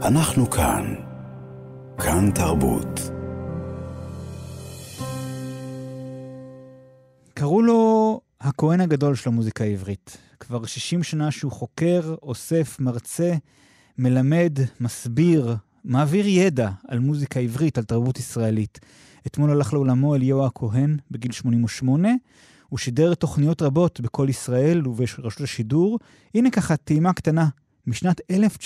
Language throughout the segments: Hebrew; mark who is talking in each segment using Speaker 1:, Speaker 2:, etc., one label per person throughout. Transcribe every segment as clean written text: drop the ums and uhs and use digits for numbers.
Speaker 1: אנחנו כאן. כאן תרבות.
Speaker 2: קראו לו הכהן הגדול של המוזיקה העברית. כבר 60 שנה שהוא חוקר, אוסף, מרצה, מלמד, מסביר, מעביר ידע על מוזיקה עברית, על תרבות ישראלית. אתמול הלך לעולמו אליהו הכהן בגיל 88. הוא שידר תוכניות רבות בכל ישראל וברשות השידור. הנה ככה טעימה קטנה משנת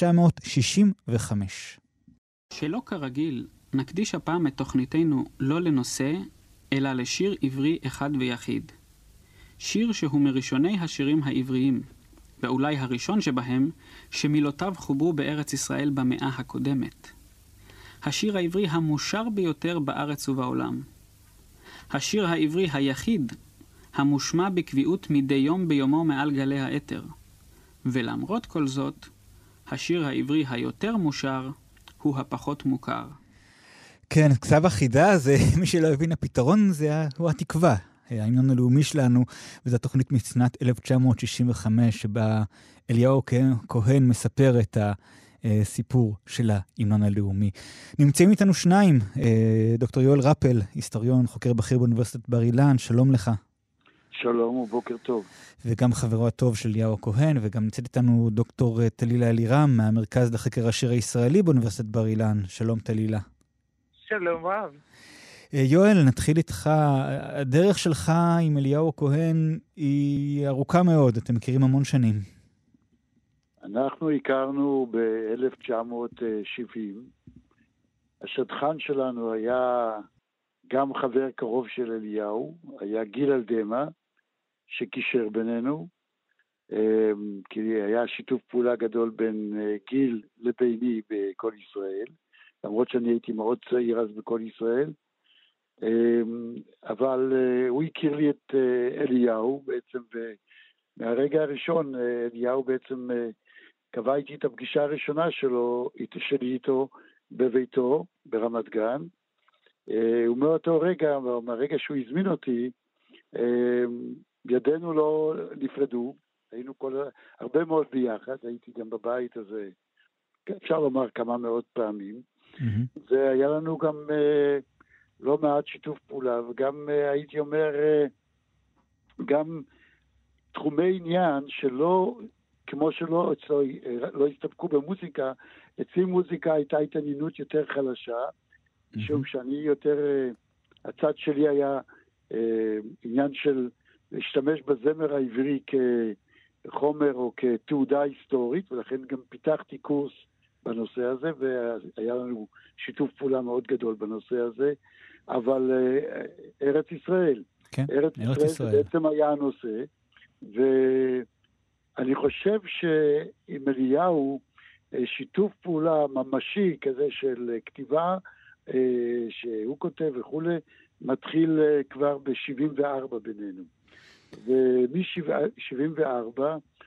Speaker 2: 1965.
Speaker 3: שלא כרגיל, נקדיש הפעם את תוכניתנו לא לנושא, אלא לשיר עברי אחד ויחיד. שיר שהוא מראשוני השירים העבריים, ואולי הראשון שבהם, שמילותיו חוברו בארץ ישראל במאה הקודמת. השיר העברי המושר ביותר בארץ ובעולם. השיר העברי היחיד, המושמע בקביעות מדי יום ביומו מעל גלי האתר. ולמרות כל זאת, השיר העברי היותר מושר הוא הפחות מוכר.
Speaker 2: כן, כתב החידה הזה, מי שלא הבין הפתרון הוא התקווה. ההמנון הלאומי שלנו, וזו התוכנית משנת 1965, שבה אליהו כהן מספר את הסיפור של ההמנון הלאומי. נמצאים איתנו שניים, דוקטור יואל רפל, היסטוריון, חוקר בכיר באוניברסיטת בר אילן, שלום לך.
Speaker 4: שלום ובוקר טוב.
Speaker 2: וגם חברו הטוב של אליהו כהן, וגם נמצאת איתנו דוקטור תלילה אלירם, מהמרכז לחקר השיר הישראלי באוניברסיטת בר אילן. שלום תלילה.
Speaker 5: שלום רב.
Speaker 2: יואל, נתחיל איתך. הדרך שלך עם אליהו כהן היא ארוכה מאוד, אתם מכירים המון שנים.
Speaker 4: אנחנו הכרנו ב-1970. השדכן שלנו היה גם חבר קרוב של אליהו, היה גיל אלדמה, שקישר בינינו, כי היה שיתוף פעולה גדול בין גיל לביני בכל ישראל, למרות שאני הייתי מאוד צעיר אז בכל ישראל, אבל הוא הכיר לי את אליהו בעצם, ומהרגע הראשון אליהו בעצם קבע איתי את הפגישה הראשונה שלי איתו בביתו ברמת גן, ומאותו רגע, מהרגע שהוא הזמין אותי, ידינו לא נפרדו, היינו הרבה מאוד ביחד, הייתי גם בבית הזה, אפשר לומר כמה מאות פעמים, והיה לנו גם לא מעט שיתוף פעולה, וגם הייתי אומר, גם תחומי עניין שלא, כמו שלא אצלו, לא הסתפקו במוזיקה, אצלי מוזיקה הייתה התעניינות יותר חלשה, משום שאני יותר, הצד שלי היה עניין של להשתמש בזמר העברי כחומר או כתעודה היסטורית, ולכן גם פיתחתי קורס בנושא הזה, והיה לנו שיתוף פעולה מאוד גדול בנושא הזה, אבל ארץ ישראל,
Speaker 2: כן,
Speaker 4: ארץ ישראל בעצם היה הנושא, ואני חושב שעם אליהו שיתוף פעולה ממשי כזה של כתיבה, שהוא כותב וכולי, מתחיל כבר ב-74 בינינו. ומ-74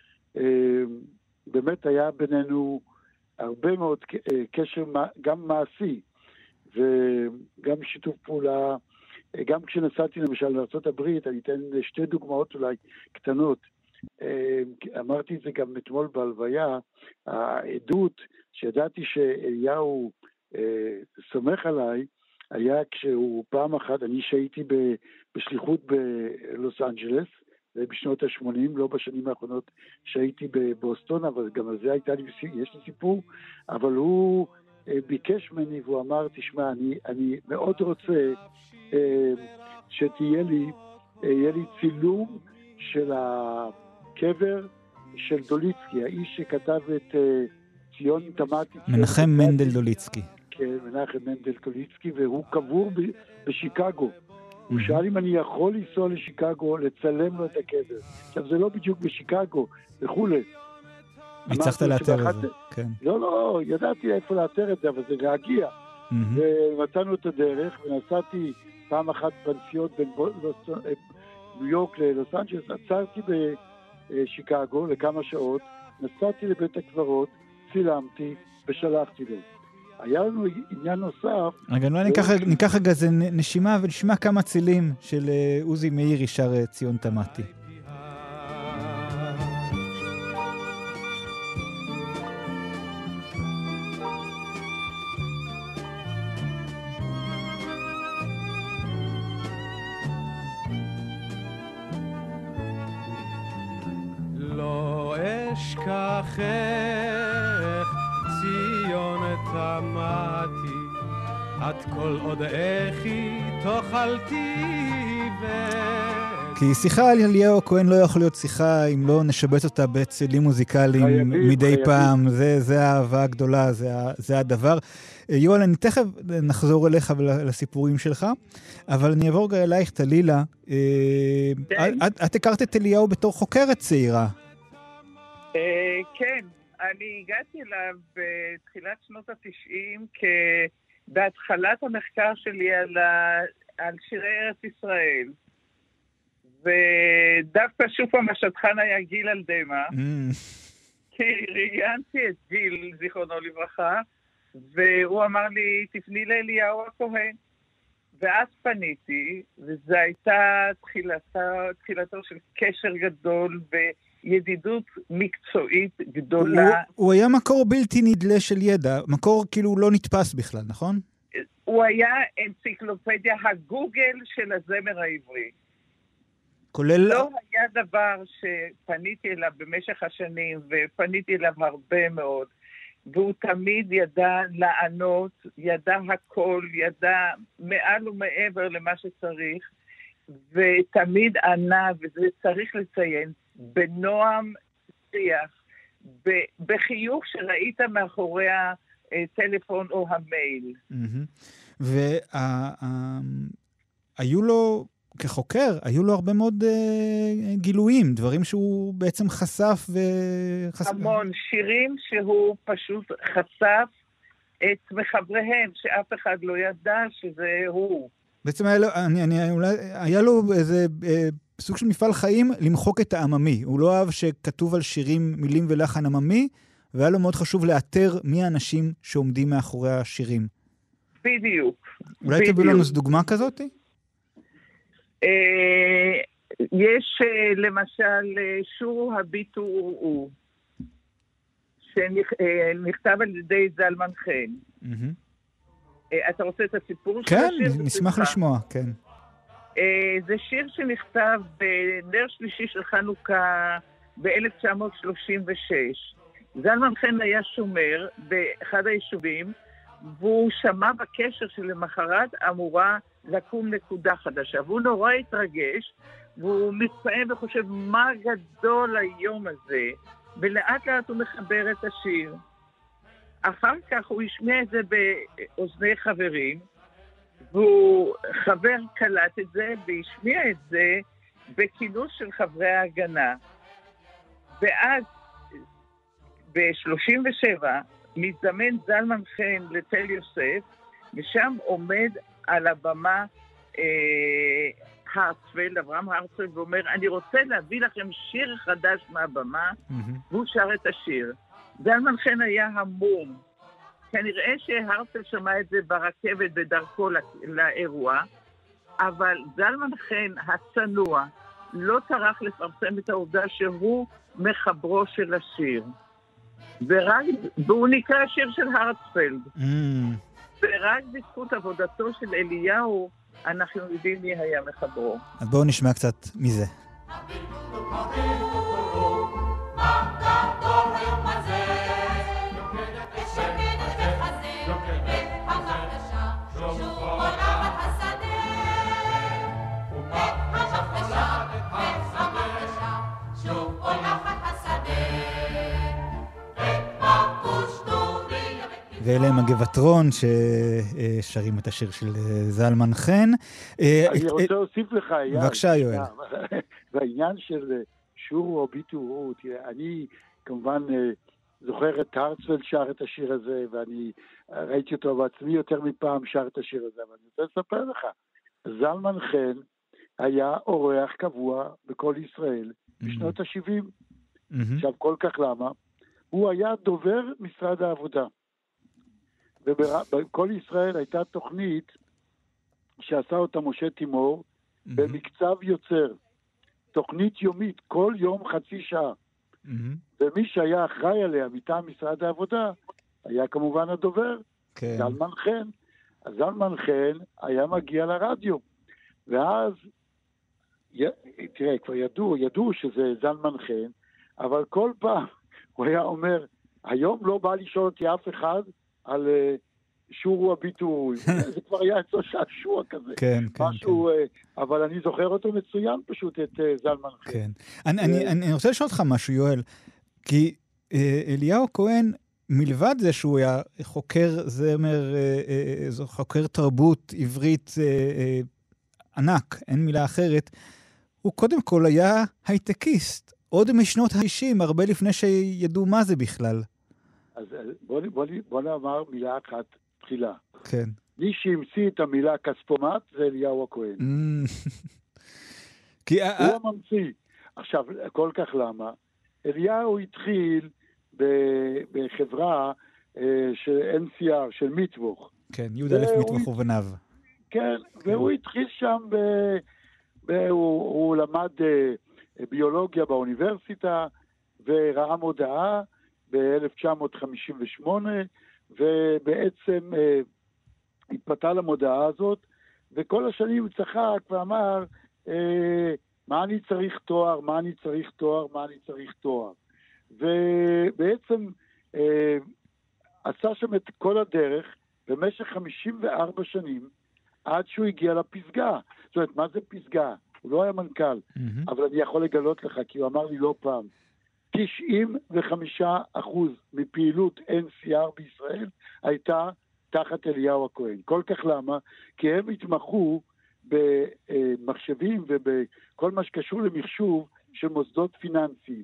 Speaker 4: באמת היה בינינו הרבה מאוד קשר גם מעשי, וגם שיתוף פעולה, גם כשנסעתי למשל לארצות הברית, אני אתן שתי דוגמאות אולי קטנות, אמרתי את זה גם אתמול בהלוויה, העדות שידעתי שאליהו סומך עליי, היה כשהוא פעם אחת, אני שהייתי בשליחות בלוס אנג'לס, בשנות ה-80, לא בשנים האחרונות שהייתי בבוסטון, אבל גם על זה יש לי סיפור, אבל הוא ביקש ממני והוא אמר, תשמע, אני מאוד רוצה שתהיה לי צילום של הקבר של דוליצקי, האיש שכתב את ציון תמתי.
Speaker 2: מנחם מנדל דוליצקי.
Speaker 4: כן, מנחם מנדל דוליצקי, והוא קבור בשיקגו. הוא שאל אם אני יכול לנסוע לשיקגו, לצלם לו את הקבר. עכשיו, זה לא בדיוק בשיקגו, וכולי.
Speaker 2: הצלחת לאתר את זה, כן.
Speaker 4: לא, ידעתי איפה לאתר את זה, אבל זה להגיע. ומצאנו את הדרך, ונסעתי פעם אחת בנסיעות בין ניו יורק ללוס אנג'לס, עצרתי בשיקגו לכמה שעות, נסעתי לבית הקברות, צילמתי ושלחתי לו. היה לנו עניין נוסף.
Speaker 2: רגע, ניקח רגע זה נשימה ונשמע כמה צילים של עוזי מאיר ישר ציון תמתי.
Speaker 6: אשכחך ציון תמתי את כל עוד אחי תאכלתי
Speaker 2: כי שיחה על אליהו הכהן לא יכול להיות שיחה אם לא נשבץ אותה בצלילים מוזיקליים מדי פעם. זה האהבה הגדולה, זה הדבר. יואל, אני תכף נחזור אליך ולסיפורים שלך, אבל אני אעבור גם אלייך, תלילה. את הכרת את אליהו בתור חוקרת צעירה.
Speaker 5: כן, אני הגעתי אליו בתחילת שנות ה-90 בהתחלת המחקר שלי על שירי ארץ ישראל. ודווקא שוב פעם השטחן היה גיל אלדמה, כי ראיינתי את גיל, זיכרונו לברכה, והוא אמר לי, תפני לאליהו הכהן. ואז פניתי, וזו הייתה תחילתו של קשר גדול וידידות מקצועית גדולה.
Speaker 2: הוא היה מקור בלתי נדלה של ידע, מקור כאילו לא נתפס בכלל, נכון?
Speaker 5: הוא היה אנציקלופדיה הגוגל של הזמר העברי.
Speaker 2: כולל...
Speaker 5: לא היה דבר שפניתי אליו במשך השנים, ופניתי אליו הרבה מאוד, והוא תמיד ידע לענות, ידע הכל, ידע מעל ומעבר למה שצריך, ותמיד ענה, וזה צריך לציין, בנועם שיח, בחיוך שראית מאחורי הטלפון או המייל.
Speaker 2: והיו לו... כחוקר, היו לו הרבה מאוד גילויים, דברים שהוא בעצם חשף
Speaker 5: המון שירים שהוא פשוט חשף את מחבריהם, שאף אחד לא ידע שזה הוא.
Speaker 2: בעצם היה לו איזה סוג של מפעל חיים למחוק את העממי. הוא לא אהב שכתוב על שירים מילים ולחן עממי, והיה לו מאוד חשוב לאתר מי האנשים שעומדים מאחורי השירים.
Speaker 5: בדיוק.
Speaker 2: אולי תביאו לנו דוגמה כזאת?
Speaker 5: יש למשל שור הביטו וראו, שנכתב על ידי זלמן חן. אתה רוצה את הסיפור של השיר?
Speaker 2: כן, נשמח לשמוע, כן.
Speaker 5: זה שיר שנכתב בנר שלישי של חנוכה ב-1936. זלמן חן היה שומר באחד היישובים, והוא שמע בקשר שלמחרת אמורה לקום נקודה חדשה, והוא נורא התרגש, והוא מתפעם וחושב מה גדול היום הזה, ולאט לאט הוא מחבר את השיר. אחר כך הוא השמיע את זה באוזני חברים, והוא חבר קלט את זה, והשמיע את זה בכינוס של חברי ההגנה. ואז ב-37 מזדמן זלמן חן לתל יוסף, ושם עומד על הבמה הרצפלד, אברהם הרצפלד, ואומר, אני רוצה להביא לכם שיר חדש מהבמה, והוא שר את השיר. זלמן חן היה המום. כנראה שהרצפלד שמע את זה ברכבת בדרכו לאירוע, אבל זלמן חן הצנוע לא טרח לפרסם את העובדה שהוא מחברו של השיר. והוא נקרא השיר של הרצפלד. ורק בזכות עבודתו של אליהו, אנחנו יודעים מי היה מחברו.
Speaker 2: אז בואו נשמע קצת מזה. ואלה הם הגבעתרון ששרים את השיר של זלמן חן.
Speaker 4: אני רוצה להוסיף לך,
Speaker 2: בבקשה, יואל.
Speaker 4: בעניין של שור או ביטו וראו, אני כמובן זוכר את הרצפלד שר את השיר הזה, ואני ראיתי אותו בעצמי יותר מפעם שר את השיר הזה, אבל אני רוצה לספר לך, זלמן חן היה אורח קבוע בכל ישראל בשנות ה-70. עכשיו, כל כך למה? הוא היה דובר משרד העבודה. ובכל ישראל הייתה תוכנית שעשה אותה משה תימור במקצב יוצר. תוכנית יומית, כל יום חצי שעה. ומי שהיה אחראי עליה מטעם משרד העבודה היה כמובן הדובר, זלמן חן. אז זלמן חן היה מגיע לרדיו. ואז, תראה, כבר ידעו שזה זלמן חן, אבל כל פעם הוא היה אומר, היום לא בא לשאול אותי אף אחד על שורו הביטוי. זה כבר היה אצלו שעשוע כזה.
Speaker 2: כן, כן.
Speaker 4: משהו, אבל אני זוכר אותו מצוין פשוט, את זלמן חן.
Speaker 2: כן. אני רוצה לשאול אותך משהו, יואל, כי אליהו כהן, מלבד זה שהוא היה חוקר זמר, חוקר תרבות עברית ענק, אין מילה אחרת, הוא קודם כל היה הייטקיסט, עוד משנות ה-60, הרבה לפני שידעו מה זה בכלל.
Speaker 4: אז בוא נאמר מילה אחת תחילה.
Speaker 2: כן.
Speaker 4: מי שהמציא את המילה כספומט זה אליהו הכהן. הוא הממציא. עכשיו, כל כך למה? אליהו התחיל בחברה של NCR, של מיטווך.
Speaker 2: כן, יהודה אלף מיטווך ובניו.
Speaker 4: כן, והוא התחיל שם, הוא למד ביולוגיה באוניברסיטה, וראה מודעה ב-1958, ובעצם התפתה למודעה הזאת, וכל השנים הוא צחק ואמר, מה אני צריך תואר, מה אני צריך תואר, מה אני צריך תואר. ובעצם עשה שם את כל הדרך במשך 54 שנים, עד שהוא הגיע לפסגה. זאת אומרת, מה זה פסגה? הוא לא היה מנכ"ל, אבל אני יכול לגלות לך, כי הוא אמר לי לא פעם, 95% מפעילות NCR בישראל הייתה תחת אליהו הכהן. כל כך למה? כי הם התמחו במחשבים ובכל מה שקשור למחשוב של מוסדות פיננסיים.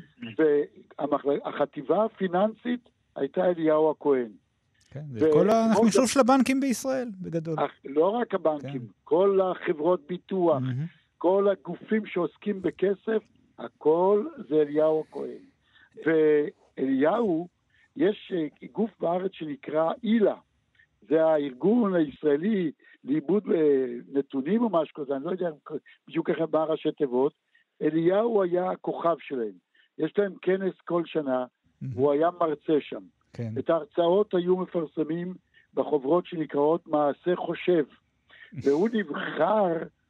Speaker 4: והחטיבה הפיננסית הייתה אליהו הכהן.
Speaker 2: זה כל המחשוב של הבנקים בישראל, בגדול.
Speaker 4: לא רק הבנקים, כל החברות ביטוח, כל הגופים שעוסקים בכסף, הכל זה אליהו הכהן. ואליהו, יש גוף בארץ שנקרא אילה, זה הארגון הישראלי לאיבוד נתונים או משהו כזה, אני לא יודע בדיוק איך מה ראשי תיבות. אליהו היה הכוכב שלהם. יש להם כנס כל שנה, והוא היה מרצה שם.
Speaker 2: כן.
Speaker 4: את ההרצאות היו מפרסמים בחוברות שנקראות מעשה חושב. והוא נבחר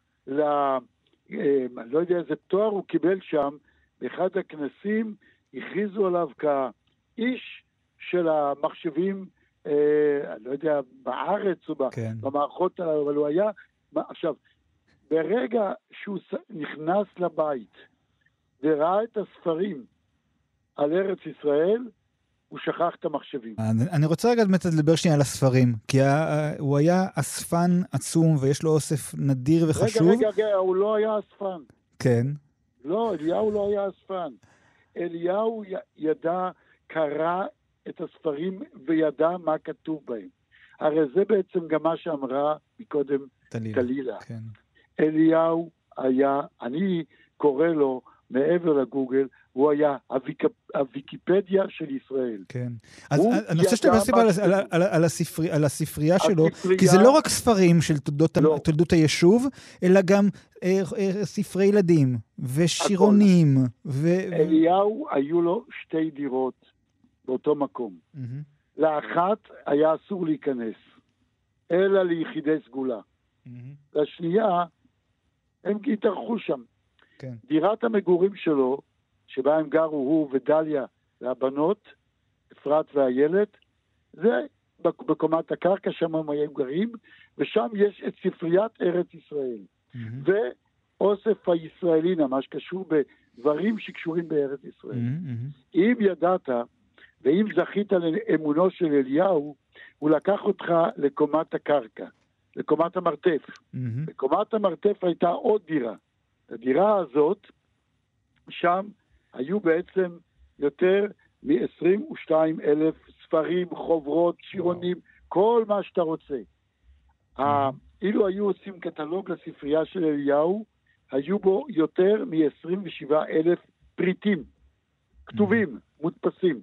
Speaker 4: אני לא יודע איזה תואר הוא קיבל שם, באחד הכנסים הכריזו עליו כאיש של המחשבים, אני לא יודע, בארץ או במערכות, אבל הוא היה, עכשיו, ברגע שהוא נכנס לבית וראה את הספרים על ארץ ישראל, הוא שכח את המחשבים.
Speaker 2: אני רוצה רגע באמת לדבר שנייה על הספרים, כי הוא היה אספן עצום, ויש לו אוסף נדיר וחשוב.
Speaker 4: רגע, הוא לא היה אספן.
Speaker 2: כן.
Speaker 4: לא, אליהו לא היה אספן. אליהו ידע, קרא את הספרים וידע מה כתוב בהם. הרי זה בעצם גם מה שאמרה מקודם תלילה.
Speaker 2: כן.
Speaker 4: אליהו היה, אני קורא לו מעבר לגוגל, הוא היה הוויקיפדיה של ישראל.
Speaker 2: כן. אז אני רוצה שתדבר על הספרייה שלו, כי זה לא רק ספרים של תולדות היישוב, אלא גם ספרי ילדים ושירונים.
Speaker 4: אליהו היו לו 2 דירות באותו מקום. לאחת היה אסור להיכנס, אלא ליחידי סגולה. לשנייה, הם התארחו שם.
Speaker 2: כן.
Speaker 4: דירת המגורים שלו, שבה הם גרו הוא ודליה והבנות, אפרת והילד, זה בקומת הקרקע, שם הם היו גרים, ושם יש את ספריית ארץ ישראל. ואוסף הישראלינה, מה שקשור בדברים שקשורים בארץ ישראל. אם ידעת, ואם זכית לאמונו של אליהו, הוא לקח אותך לקומת הקרקע, לקומת המרתף. בקומת המרתף הייתה עוד דירה. הדירה הזאת, שם היו בעצם יותר מ-22,000 ספרים, חוברות, שירונים, כל מה שאתה רוצה. אילו היו עושים קטלוג לספרייה של אליהו, היו בו יותר מ-27,000 פריטים, כתובים, מודפסים.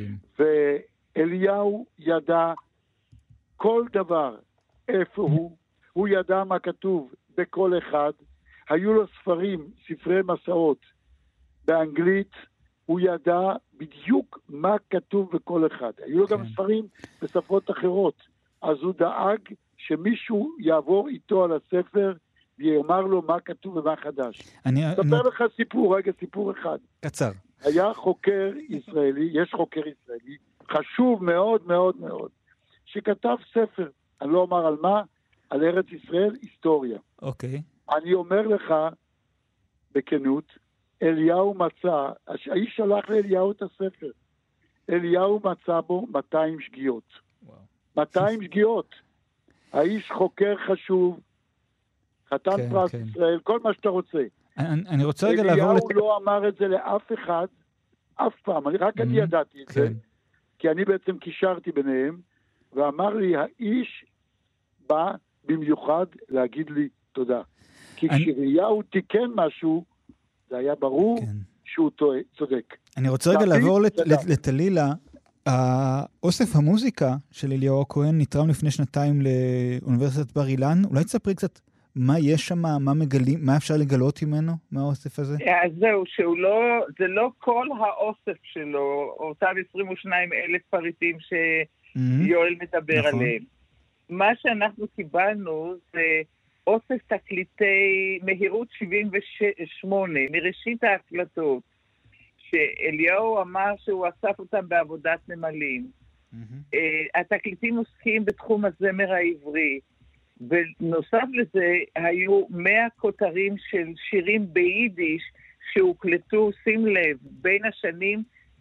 Speaker 4: ואליהו ידע כל דבר, איפה הוא ידע מה כתוב בכל אחד, היו לו ספרים, ספרי מסעות, באנגלית, הוא ידע בדיוק מה כתוב בכל אחד. היו לו גם ספרים בשפות אחרות, אז הוא דאג שמישהו יעבור איתו על הספר, ויאמר לו מה כתוב ומה חדש. אספר לך סיפור, רגע, סיפור אחד.
Speaker 2: קצר.
Speaker 4: היה חוקר ישראלי, יש חוקר ישראלי, חשוב מאוד מאוד מאוד, שכתב ספר, אני לא אומר על מה, על ארץ ישראל, היסטוריה.
Speaker 2: אוקיי.
Speaker 4: אני אומר לך, בכנות, אליהו מצא, האיש שלח לאליהו את הספר, אליהו מצא בו 200 שגיאות. 200 שגיאות. האיש חוקר חשוב, חתן פרס ישראל, כל מה שאתה רוצה.
Speaker 2: אני רוצה רגע לעבור...
Speaker 4: אליהו לא אמר את זה לאף אחד, אף פעם, רק אני ידעתי את זה, כי אני בעצם קישרתי ביניהם, ואמר לי, האיש בא במיוחד להגיד לי תודה. כי כשאליהו תיקן משהו, זה היה ברור שהוא צודק.
Speaker 2: אני רוצה רגע לעבור לתלילה. האוסף המוזיקה של אליהו הכהן נתרם לפני 2 לאוניברסיטת בר אילן. אולי תספרי קצת מה יש שם, מה מגלים, מה אפשר לגלות ממנו, מהאוסף הזה?
Speaker 5: אז זהו, זה לא כל האוסף שלו, אותם 22,000 פריטים שיואל מדבר עליהם. מה שאנחנו קיבלנו זה אוסף תקליטי מהירות 78, מראשית ההקלטות, שאליהו אמר שהוא אסף אותם בעבודת נמלים. התקליטים עוסקים בתחום הזמר העברי, ונוסף לזה היו 100 כותרים של שירים ביידיש שהוקלטו, שים לב, בין השנים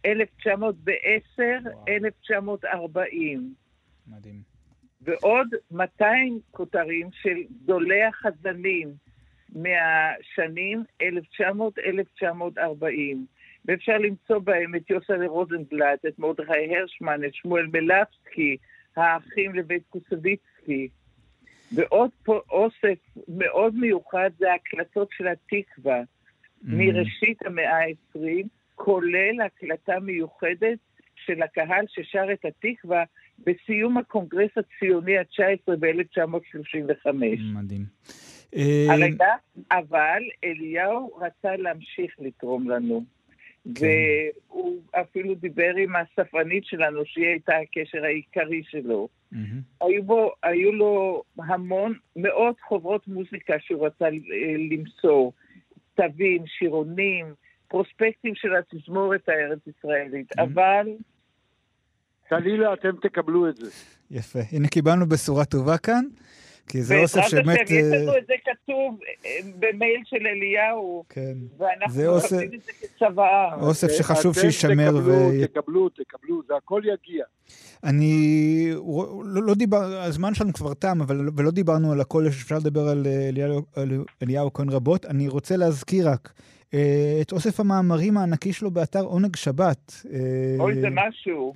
Speaker 5: 1910-1940.
Speaker 2: מדהים.
Speaker 5: ועוד 200 כותרים של גדולי החזנים מהשנים 1900-1940. ואפשר למצוא בהם את יוסל רוזנבלט, את מרדכי הרשמן, את שמואל מלבסקי, האחים לבית קוסביצקי. ועוד פה אוסף מאוד מיוחד זה ההקלטות של התקווה, מראשית המאה ה-20, כולל הקלטה מיוחדת של הקהל ששר את התקווה בסיום הקונגרס הציוני ה-19 ב-1935.
Speaker 2: מדהים.
Speaker 5: הרגע, אבל אליהו רצה להמשיך לתרום לנו. והוא אפילו דיבר עם הספרנית שלנו, שהיא הייתה הקשר העיקרי שלו. היו לו מאות חוברות מוזיקה שהוא רצה למסור, כתבים, שירונים, פרוספקטים של התזמורת הארץ ישראלית, אבל...
Speaker 4: תלילה, אתם תקבלו את זה.
Speaker 2: יפה. הנה קיבלנו בשורה טובה כאן, כי זה אוסף שבאמת...
Speaker 5: יש לנו את זה כתוב במייל של אליהו, ואנחנו עושים את זה כצוואה.
Speaker 2: אוסף שחשוב שישמר
Speaker 4: תקבלו, זה הכל יגיע.
Speaker 2: אני לא דיבר, הזמן שלנו כבר תם, ולא דיברנו על הכל, אפשר לדבר על אליהו כהן רבות. אני רוצה להזכיר רק את אוסף המאמרים הענקי שלו באתר עונג שבת.
Speaker 5: אוי, זה משהו.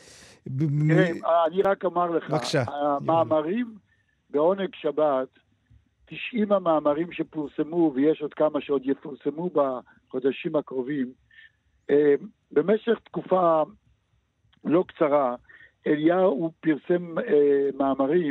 Speaker 4: אני רק אמר לך, המאמרים בעונג שבת, 90 המאמרים שפורסמו, ויש עוד כמה שעוד יפורסמו בחודשים הקרובים, במשך תקופה לא קצרה, אליהו פרסם מאמרים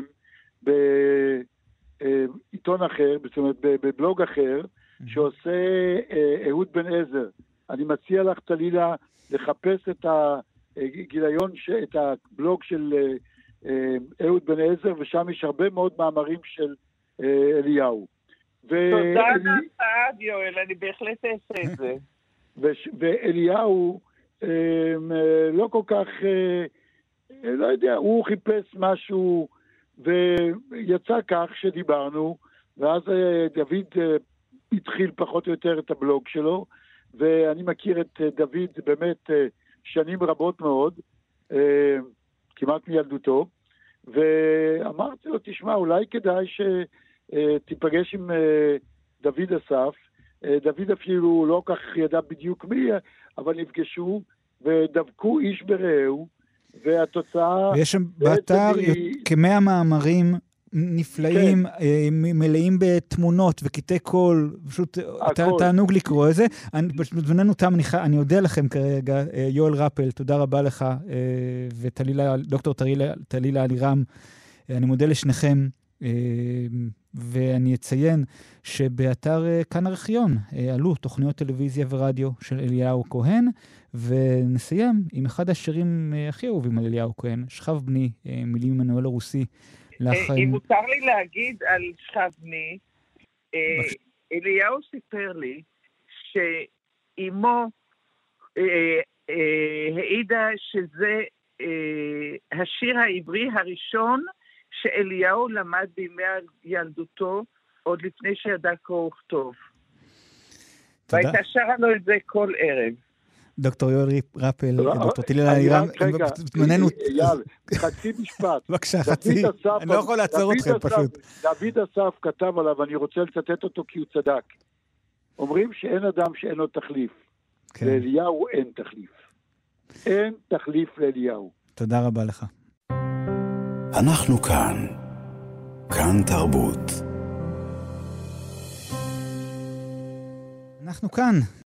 Speaker 4: בעיתון אחר, זאת אומרת בבלוג אחר, שעושה אהוד בן עזר. אני מציע לך, תלילה, לחפש את הגיליון, את הבלוג של אהוד בן עזר, ושם יש הרבה מאוד מאמרים של אליהו.
Speaker 5: תודה על יואל, אני בהחלט אעשה את זה.
Speaker 4: ואליהו לא כל כך, לא יודע, הוא חיפש משהו, ויצא כך שדיברנו, ואז דוד התחיל פחות או יותר את הבלוג שלו, ואני מכיר את דוד באמת שנים רבות מאוד, כמעט מילדותו, ואמרתי לו, תשמע, אולי כדאי שתיפגש עם דוד אסף. דוד אפילו לא כך ידע בדיוק מי, אבל נפגשו ודבקו איש ברעהו, והתוצאה...
Speaker 2: ויש שם באתר כ100 מאמרים נפלאים, מלאים בתמונות וקטעי קול, פשוט תענוג לקרוא את זה. בזמננו תם, אני אודה לכם כרגע, יואל רפל, תודה רבה לך, ודוקטור תלילה אלירם, אני מודה לשניכם, ואני אציין שבאתר כאן ארכיון עלו תוכניות טלוויזיה ורדיו של אליהו כהן, ונסיים עם אחד השירים הכי אהובים על אליהו כהן, שכב בני, מילים מנואל הרוסי.
Speaker 5: אם מותר לי להגיד על שכב בני, אליהו סיפר לי שאימו העידה שזה השיר העברי הראשון שאליהו למד בימי ילדותו, עוד לפני שידע קרוא וכתוב. והייתה שרה לו את זה כל ערב.
Speaker 2: דוקטור יואל רפל, דוקטור טילה לירם, זמננו...
Speaker 4: אייל, חצי משפט.
Speaker 2: בבקשה, חצי, אני לא יכול לעצור אתכם פשוט.
Speaker 4: דוד אסף כתב עליו, אני רוצה לצטט אותו כי הוא צדק. אומרים שאין אדם שאין לו תחליף. לאליהו אין תחליף. אין תחליף לאליהו.
Speaker 2: תודה רבה לך.
Speaker 1: אנחנו כאן. כאן תרבות.
Speaker 2: אנחנו כאן.